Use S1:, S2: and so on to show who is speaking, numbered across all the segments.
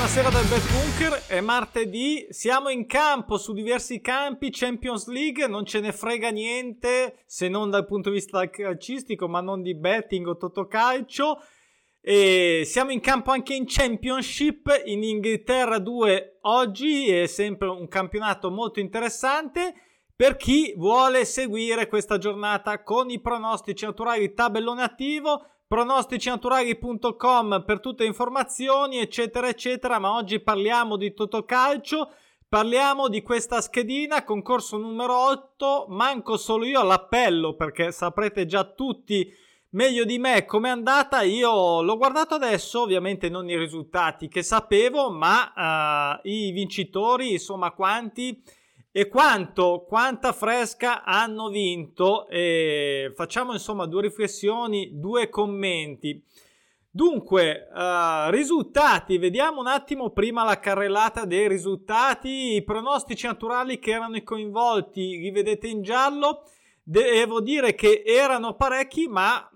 S1: Buonasera dal Bet Bunker, è martedì, siamo in campo su diversi campi, Champions League, non ce ne frega niente se non dal punto di vista calcistico, ma non di betting o totocalcio. E siamo in campo anche in Championship, in Inghilterra 2 oggi, è sempre un campionato molto interessante per chi vuole seguire questa giornata con i pronostici naturali, tabellone attivo, pronosticinaturali.com per tutte le informazioni eccetera eccetera. Ma oggi parliamo di totocalcio, parliamo di questa schedina, concorso numero 8, manco solo io all'appello perché saprete già tutti meglio di me com'è andata. Io l'ho guardato adesso, ovviamente non i risultati che sapevo, ma i vincitori, insomma quanti e quanta fresca hanno vinto. E facciamo insomma due riflessioni, due commenti. Dunque, risultati, vediamo un attimo prima la carrellata dei risultati, i pronostici naturali che erano coinvolti, li vedete in giallo. Devo dire che erano parecchi, ma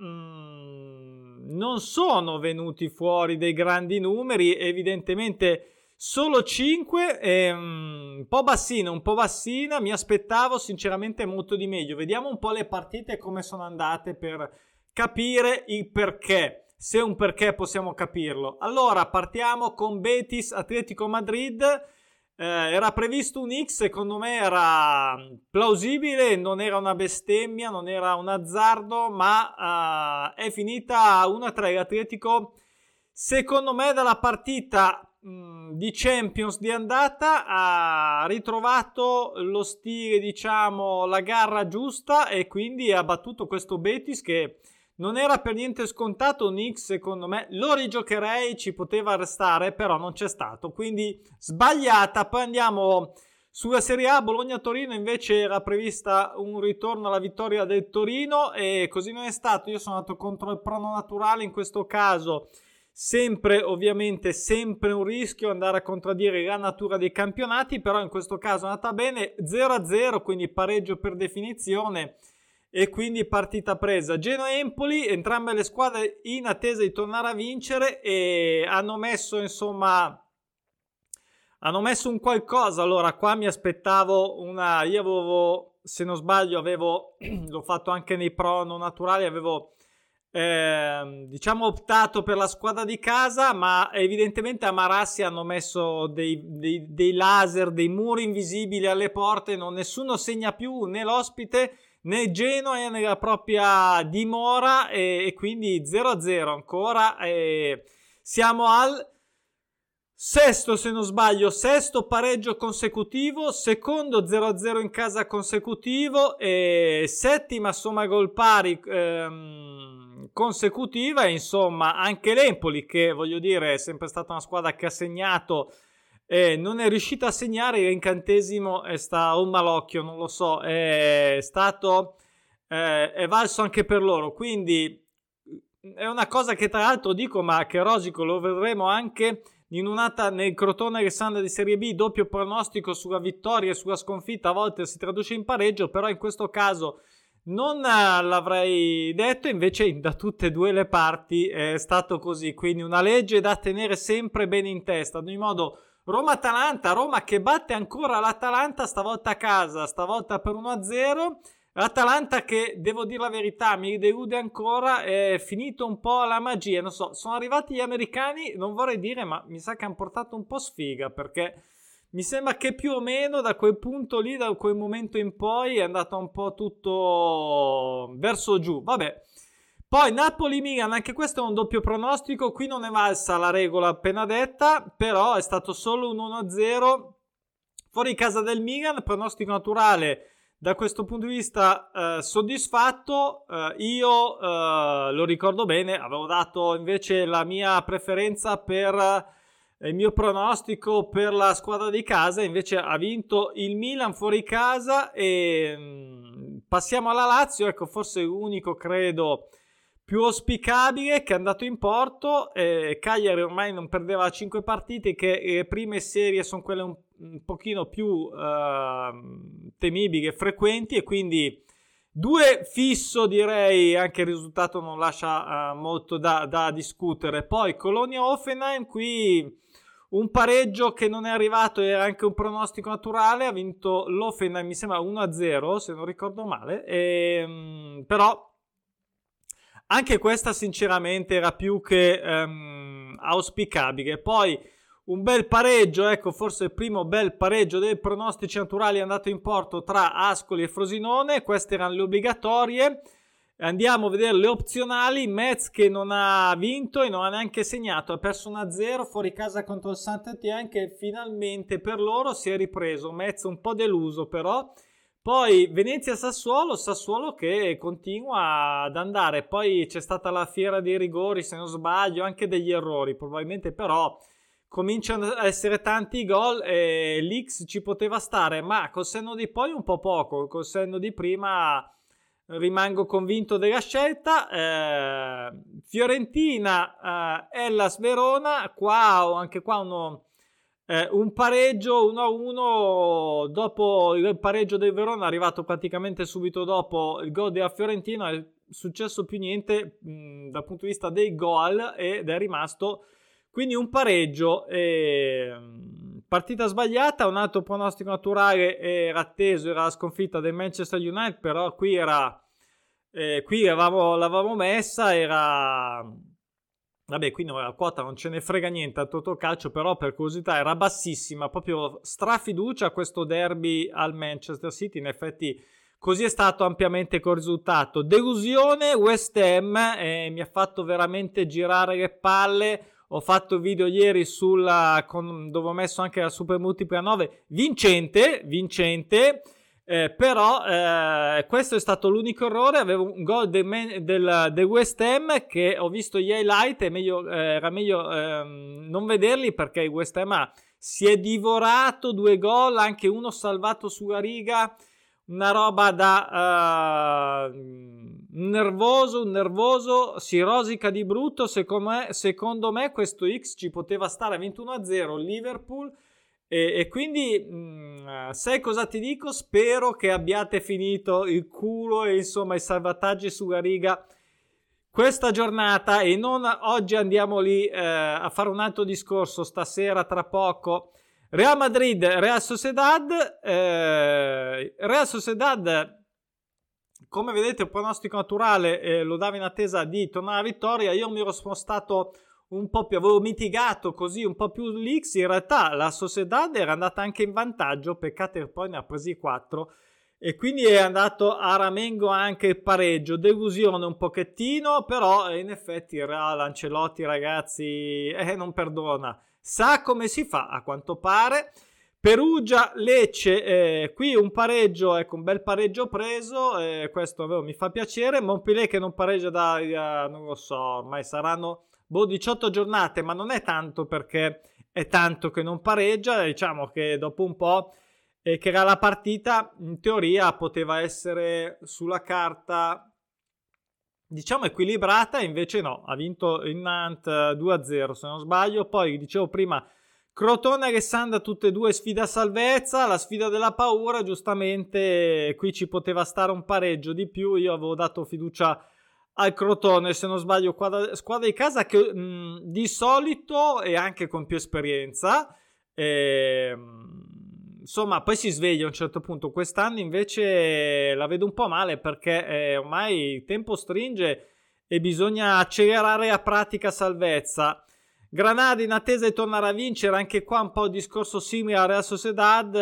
S1: non sono venuti fuori dei grandi numeri, evidentemente solo 5, un po' bassina, mi aspettavo sinceramente molto di meglio. Vediamo un po' le partite come sono andate per capire il perché, se un perché possiamo capirlo. Allora, partiamo con Betis Atletico Madrid. Era previsto un X, secondo me era plausibile, non era una bestemmia, non era un azzardo, ma è finita 1-3. L'Atletico, secondo me, dalla partita di Champions di andata ha ritrovato lo stile, diciamo, la garra giusta, e quindi ha battuto questo Betis che non era per niente scontato. Un X secondo me lo rigiocherei, ci poteva restare, però non c'è stato, quindi sbagliata. Poi andiamo sulla Serie A. Bologna-Torino invece era prevista un ritorno alla vittoria del Torino e così non è stato. Io sono andato contro il prono naturale in questo caso, sempre ovviamente sempre un rischio andare a contraddire la natura dei campionati, però in questo caso è andata bene. 0-0, quindi pareggio per definizione e quindi partita presa. Genoa-Empoli, entrambe le squadre in attesa di tornare a vincere e hanno messo un qualcosa. Allora qua mi aspettavo io avevo, se non sbaglio l'ho fatto anche nei prono naturali, avevo diciamo optato per la squadra di casa, ma evidentemente a Marassi hanno messo dei laser, dei muri invisibili alle porte, nessuno segna più, né l'ospite né Genoa è nella propria dimora, e quindi 0-0 ancora. Siamo al sesto, se non sbaglio, sesto pareggio consecutivo, secondo 0-0 in casa consecutivo e settima somma gol pari consecutiva. E insomma anche l'Empoli, che voglio dire è sempre stata una squadra che ha segnato, non è riuscita a segnare. L'incantesimo è un malocchio, non lo so, è valso anche per loro, quindi è una cosa che tra l'altro dico, ma che rosico, lo vedremo anche in un'ata nel Crotone Alessandria di Serie B. Doppio pronostico sulla vittoria e sulla sconfitta, a volte si traduce in pareggio, però in questo caso non l'avrei detto, invece da tutte e due le parti è stato così, quindi una legge da tenere sempre bene in testa. Ad ogni modo, Roma-Atalanta, Roma che batte ancora l'Atalanta, stavolta a casa, stavolta per 1-0. L'Atalanta che, devo dire la verità, mi delude ancora, è finito un po' la magia, non so, sono arrivati gli americani, non vorrei dire, ma mi sa che hanno portato un po' sfiga, perché mi sembra che più o meno da quel punto lì, da quel momento in poi è andato un po' tutto verso giù. Vabbè. Poi Napoli-Milan, anche questo è un doppio pronostico, qui non è valsa la regola appena detta, però è stato solo un 1-0 fuori casa del Milan. Pronostico naturale da questo punto di vista soddisfatto. Io lo ricordo bene, avevo dato invece la mia preferenza per il mio pronostico per la squadra di casa, invece ha vinto il Milan fuori casa. E passiamo alla Lazio, ecco forse l'unico credo più auspicabile che è andato in porto. Cagliari ormai non perdeva 5 partite, che le prime serie sono quelle un pochino più temibili e frequenti, e quindi 2 fisso, direi. Anche il risultato non lascia molto da discutere. Poi Colonia-Hoffenheim, qui un pareggio che non è arrivato, era anche un pronostico naturale, ha vinto l'Hoffenheim mi sembra 1-0 se non ricordo male, però anche questa sinceramente era più che auspicabile. Poi un bel pareggio, ecco, forse il primo bel pareggio dei pronostici naturali andato in porto tra Ascoli e Frosinone. Queste erano le obbligatorie. Andiamo a vedere le opzionali. Metz che non ha vinto e non ha neanche segnato, ha perso 1-0 fuori casa contro il Saint-Étienne, che finalmente per loro si è ripreso. Metz un po' deluso però. Poi Venezia-Sassuolo che continua ad andare. Poi c'è stata la fiera dei rigori, se non sbaglio, anche degli errori probabilmente, però cominciano a essere tanti i gol e l'X ci poteva stare, ma col senno di poi un po' poco, col senno di prima rimango convinto della scelta. Fiorentina, Hellas Verona, anche qua un pareggio 1-1. Dopo il pareggio del Verona, arrivato praticamente subito dopo il gol della Fiorentina, è successo più niente dal punto di vista dei gol ed è rimasto quindi un pareggio. Partita sbagliata. Un altro pronostico naturale era atteso, era la sconfitta del Manchester United, però qui l'avevamo messa, vabbè, qui la quota non ce ne frega niente al Totocalcio, però per curiosità era bassissima, proprio strafiducia a questo derby al Manchester City. In effetti così è stato ampiamente col risultato. Delusione West Ham, mi ha fatto veramente girare le palle. Ho fatto video ieri dove ho messo anche la super multipla 9 vincente, però questo è stato l'unico errore. Avevo un gol del West Ham che ho visto gli highlight, era meglio non vederli, perché il West Ham si è divorato 2 gol, anche uno salvato sulla riga, una roba da nervoso, si rosica di brutto. Secondo me questo X ci poteva stare a 21-0 Liverpool, e quindi sai cosa ti dico? Spero che abbiate finito il culo e insomma i salvataggi sulla riga questa giornata, e non oggi andiamo lì a fare un altro discorso stasera tra poco. Real Madrid, Real Sociedad, come vedete il pronostico naturale lo dava in attesa di tornare a vittoria. Io mi ero spostato un po' più, avevo mitigato così un po' più l'X. In realtà la Sociedad era andata anche in vantaggio, peccato che poi ne ha presi 4 e quindi è andato a ramengo anche il pareggio. Delusione un pochettino, però in effetti il Real Ancelotti, ragazzi, non perdona. Sa come si fa, a quanto pare. Perugia Lecce, qui un pareggio, ecco, un bel pareggio preso, questo mi fa piacere. Montpellier che non pareggia non lo so, ormai saranno 18 giornate, ma non è tanto, perché è tanto che non pareggia. Diciamo che dopo un po' che era la partita, in teoria poteva essere sulla carta diciamo equilibrata, invece no, ha vinto il Nantes 2-0 se non sbaglio. Poi dicevo prima Crotone e Alessandria, tutte e due sfida a salvezza, la sfida della paura. Giustamente qui ci poteva stare un pareggio di più. Io avevo dato fiducia al Crotone, se non sbaglio, squadra di casa che di solito è anche con più esperienza, insomma poi si sveglia a un certo punto. Quest'anno invece la vedo un po' male, perché ormai il tempo stringe e bisogna accelerare a pratica salvezza. Granada in attesa di tornare a vincere, anche qua un po' discorso simile a Real Sociedad,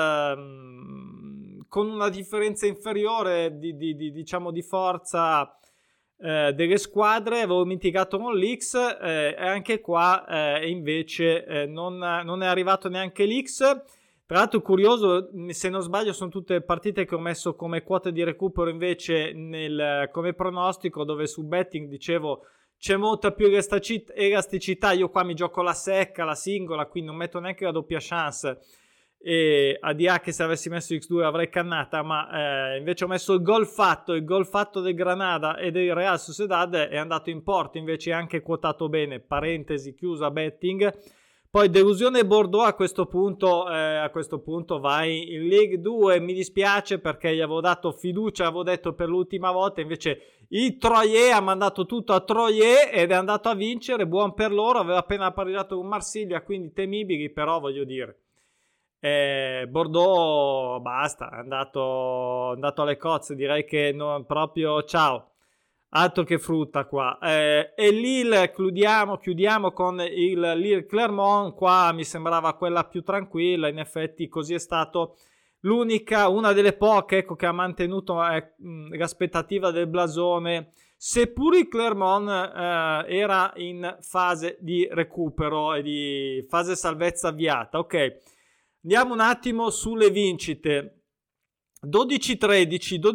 S1: con una differenza inferiore diciamo di forza delle squadre. Avevo mitigato con l'X, e anche qua invece non è arrivato neanche l'X. Tra l'altro curioso, se non sbaglio sono tutte partite che ho messo come quote di recupero invece come pronostico, dove su betting dicevo c'è molta più elasticità. Io qua mi gioco la secca, la singola, quindi non metto neanche la doppia chance, e a DA che se avessi messo X2 avrei cannata, ma invece ho messo il gol fatto del Granada e del Real Sociedad è andato in porto, invece è anche quotato bene, parentesi chiusa betting. Poi delusione Bordeaux a questo punto vai in League 2, mi dispiace perché gli avevo dato fiducia, avevo detto per l'ultima volta, invece il Troyes ha mandato tutto a Troyes ed è andato a vincere, buon per loro, aveva appena pareggiato con Marsiglia, quindi temibili, però voglio dire, Bordeaux basta, è andato alle cozze, direi che proprio ciao. Altro che frutta qua. E Lille chiudiamo con il Lille Clermont. Qua mi sembrava quella più tranquilla. In effetti così è stato una delle poche, ecco, che ha mantenuto l'aspettativa del blasone. Seppur il Clermont era in fase di recupero e di fase salvezza avviata. Ok, andiamo un attimo sulle vincite. 12-13,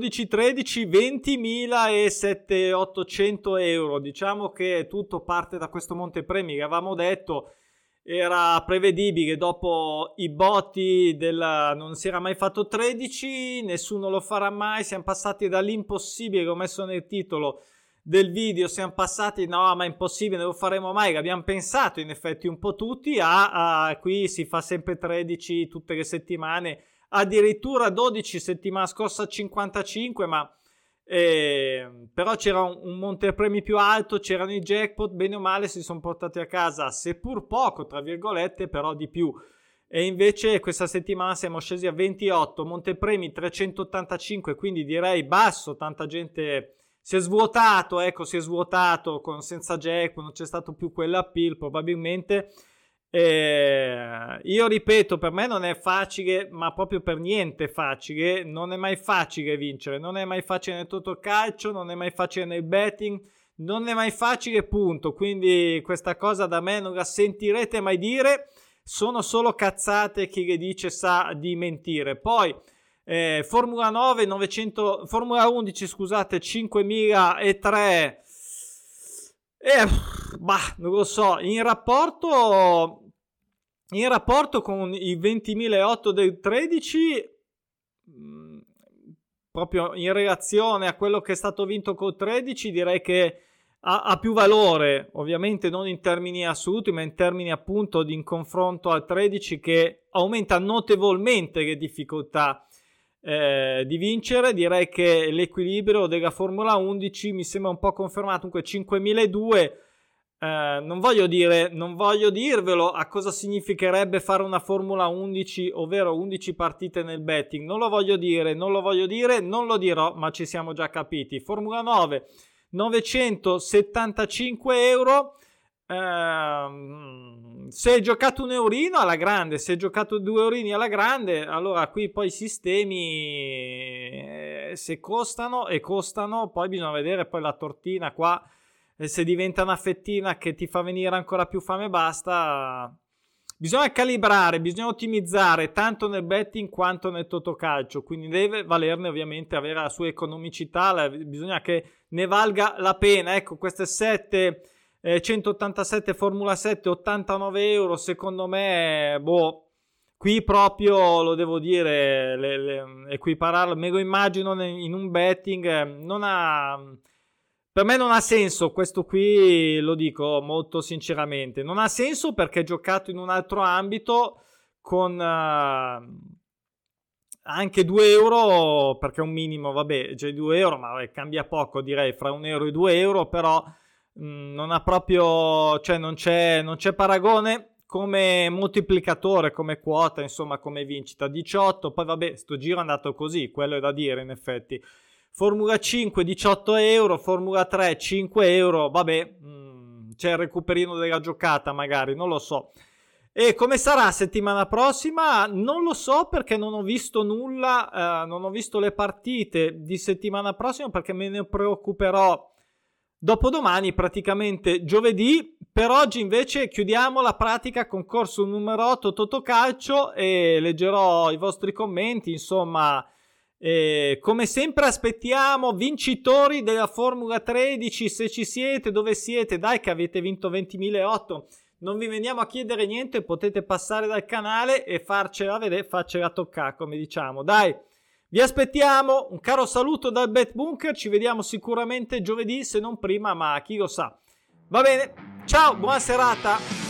S1: 20.800 euro. Diciamo che tutto parte da questo montepremi che avevamo detto era prevedibile dopo i botti non si era mai fatto 13, nessuno lo farà mai, siamo passati dall'impossibile che ho messo nel titolo del video, siamo passati no ma impossibile, non lo faremo mai, l'abbiamo pensato in effetti un po' tutti, qui si fa sempre 13 tutte le settimane, addirittura 12 settimana scorsa 55, ma però c'era un montepremi più alto, c'erano i jackpot, bene o male si sono portati a casa seppur poco tra virgolette, però di più, e invece questa settimana siamo scesi a 28, montepremi 385, quindi direi basso, tanta gente si è svuotato, senza jackpot, non c'è stato più quell'appeal probabilmente. Io ripeto, per me non è facile, ma proprio per niente facile, non è mai facile vincere, non è mai facile nel totocalcio, non è mai facile nel betting, non è mai facile, punto. Quindi questa cosa da me non la sentirete mai dire, sono solo cazzate, chi le dice sa di mentire. Poi Formula 9 900, Formula 11 scusate 5003, non lo so, in rapporto con i 20.008 del 13, proprio in relazione a quello che è stato vinto col 13, direi che ha più valore, ovviamente non in termini assoluti, ma in termini appunto di in confronto al 13, che aumenta notevolmente le difficoltà di vincere. Direi che l'equilibrio della Formula 11 mi sembra un po' confermato. Comunque 5.002, non voglio dirvelo a cosa significherebbe fare una Formula 11, ovvero 11 partite nel betting, non lo voglio dire, non lo dirò, ma ci siamo già capiti. Formula 9 975 euro. Se hai giocato un eurino alla grande, se hai giocato 2 eurini alla grande, allora qui poi i sistemi se costano, poi bisogna vedere poi la tortina qua, se diventa una fettina che ti fa venire ancora più fame, basta. Bisogna calibrare, bisogna ottimizzare tanto nel betting quanto nel totocalcio, quindi deve valerne, ovviamente avere la sua economicità, bisogna che ne valga la pena. Ecco, queste 187 Formula 7, 89 euro, secondo me, qui proprio lo devo dire, equipararlo, me lo immagino in un betting, per me non ha senso, questo qui lo dico molto sinceramente, non ha senso perché giocato in un altro ambito con anche 2 euro, perché è un minimo, vabbè, già 2 euro, ma cambia poco, direi, fra 1 euro e 2 euro, però non ha proprio, cioè non c'è paragone come moltiplicatore, come quota, insomma, come vincita. 18, poi vabbè, sto giro è andato così, quello è da dire in effetti. Formula 5 18 euro, Formula 3 5 euro, vabbè, c'è il recuperino della giocata magari, non lo so. E come sarà settimana prossima? Non lo so, perché non ho visto nulla, non ho visto le partite di settimana prossima, perché me ne preoccuperò dopodomani, praticamente giovedì. Per oggi invece chiudiamo la pratica concorso numero 8 Totocalcio e leggerò i vostri commenti, insomma. Come sempre aspettiamo vincitori della Formula 13, se ci siete, dove siete, dai che avete vinto 20.008, non vi veniamo a chiedere niente, potete passare dal canale e farcela vedere, farcela toccare, come diciamo. Dai, vi aspettiamo, un caro saluto dal Bet Bunker, ci vediamo sicuramente giovedì, se non prima, ma chi lo sa. Va bene, ciao, buona serata.